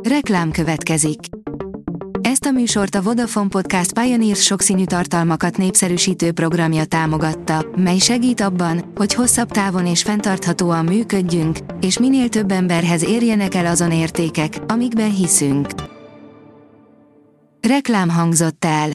Reklám következik. Ezt a műsort a Vodafone Podcast Pioneers sokszínű tartalmakat népszerűsítő programja támogatta, mely segít abban, hogy hosszabb távon és fenntarthatóan működjünk, és minél több emberhez érjenek el azon értékek, amikben hiszünk. Reklám hangzott el.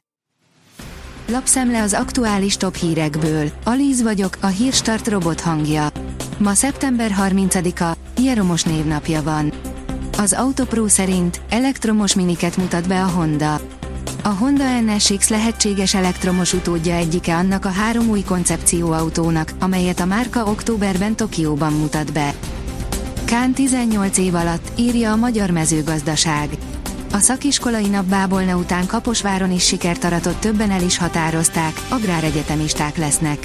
Lapszemle az aktuális top hírekből. Alíz vagyok, a Hírstart robot hangja. Ma szeptember 30-a, Jeromos névnapja van. Az Autopro szerint elektromos miniket mutat be a Honda. A Honda NSX lehetséges elektromos utódja egyike annak a 3 új koncepcióautónak, amelyet a márka októberben Tokióban mutat be. Kán 18 év alatt, írja a Magyar Mezőgazdaság. A szakiskolai napbábolna után Kaposváron is sikert aratott, többen el is határozták, agráregyetemisták lesznek.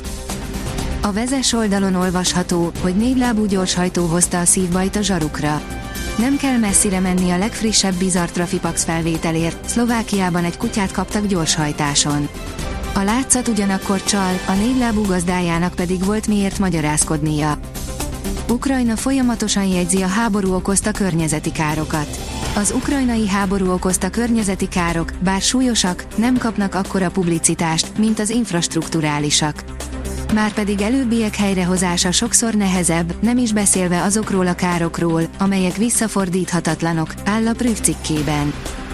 A Vezes oldalon olvasható, hogy 4-lábú gyorshajtó hozta a szívbajt a zsarukra. Nem kell messzire menni a legfrissebb bizarr Trafipax felvételért, Szlovákiában egy kutyát kaptak gyorshajtáson. A látszat ugyanakkor csal, a 4-lábú gazdájának pedig volt miért magyarázkodnia. Ukrajna folyamatosan jegyzi a háború okozta környezeti károkat. Az ukrajnai háború okozta környezeti károk, bár súlyosak, nem kapnak akkora publicitást, mint az infrastrukturálisak. Márpedig előbbiek helyrehozása sokszor nehezebb, nem is beszélve azokról a károkról, amelyek visszafordíthatatlanok, áll a Prüv cikkében.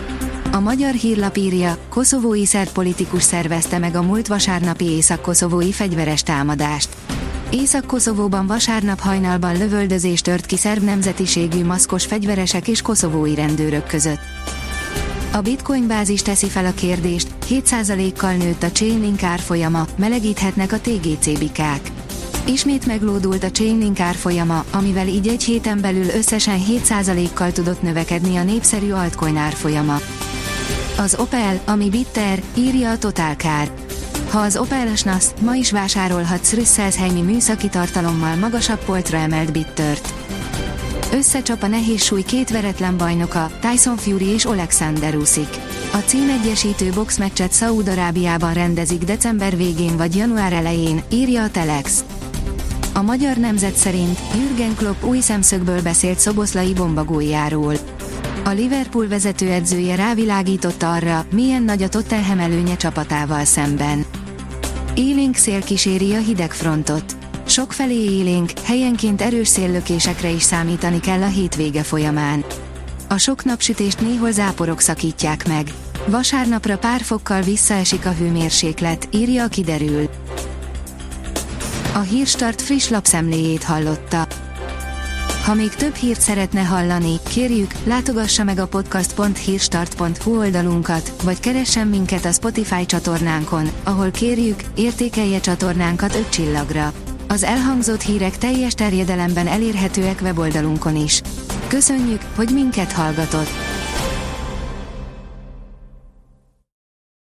A Magyar Hírlap írja, koszovói szerb politikus szervezte meg a múlt vasárnapi észak-koszovói fegyveres támadást. Észak-Koszovóban vasárnap hajnalban lövöldözés tört ki szerb nemzetiségű maszkos fegyveresek és koszovói rendőrök között. A Bitcoin bázis teszi fel a kérdést, 7%-kal nőtt a Chainlink árfolyama, melegíthetnek a TGC bikák. Ismét meglódult a Chainlink árfolyama, amivel így egy héten belül összesen 7%-kal tudott növekedni a népszerű altcoin árfolyama. Az Opel, ami bitter, írja a Totalkár. Ha az Opel Asnas, ma is vásárolhatsz Rüsszelsheimi műszaki tartalommal magasabb polcra emelt bittert. Összecsap a nehézsúly két veretlen bajnoka, Tyson Fury és Alexander Usyk. A címegyesítő boxmeccset Szaúd-Arábiában rendezik december végén vagy január elején, írja a Telex. A Magyar Nemzet szerint Jürgen Klopp új szemszögből beszélt Szoboszlai bombagóljáról. A Liverpool vezetőedzője rávilágított arra, milyen nagy a Tottenham előnye csapatával szemben. Élénk szél kíséri a hidegfrontot. Sokfelé élénk, helyenként erős széllökésekre is számítani kell a hétvége folyamán. A sok napsütést néhol záporok szakítják meg. Vasárnapra pár fokkal visszaesik a hőmérséklet, írja a Kiderül. A Hírstart friss lapszemléjét hallotta. Ha még több hírt szeretne hallani, kérjük, látogassa meg a podcast.hírstart.hu oldalunkat, vagy keressen minket a Spotify csatornánkon, ahol kérjük, értékelje csatornánkat 5 csillagra. Az elhangzott hírek teljes terjedelemben elérhetőek weboldalunkon is. Köszönjük, hogy minket hallgatott!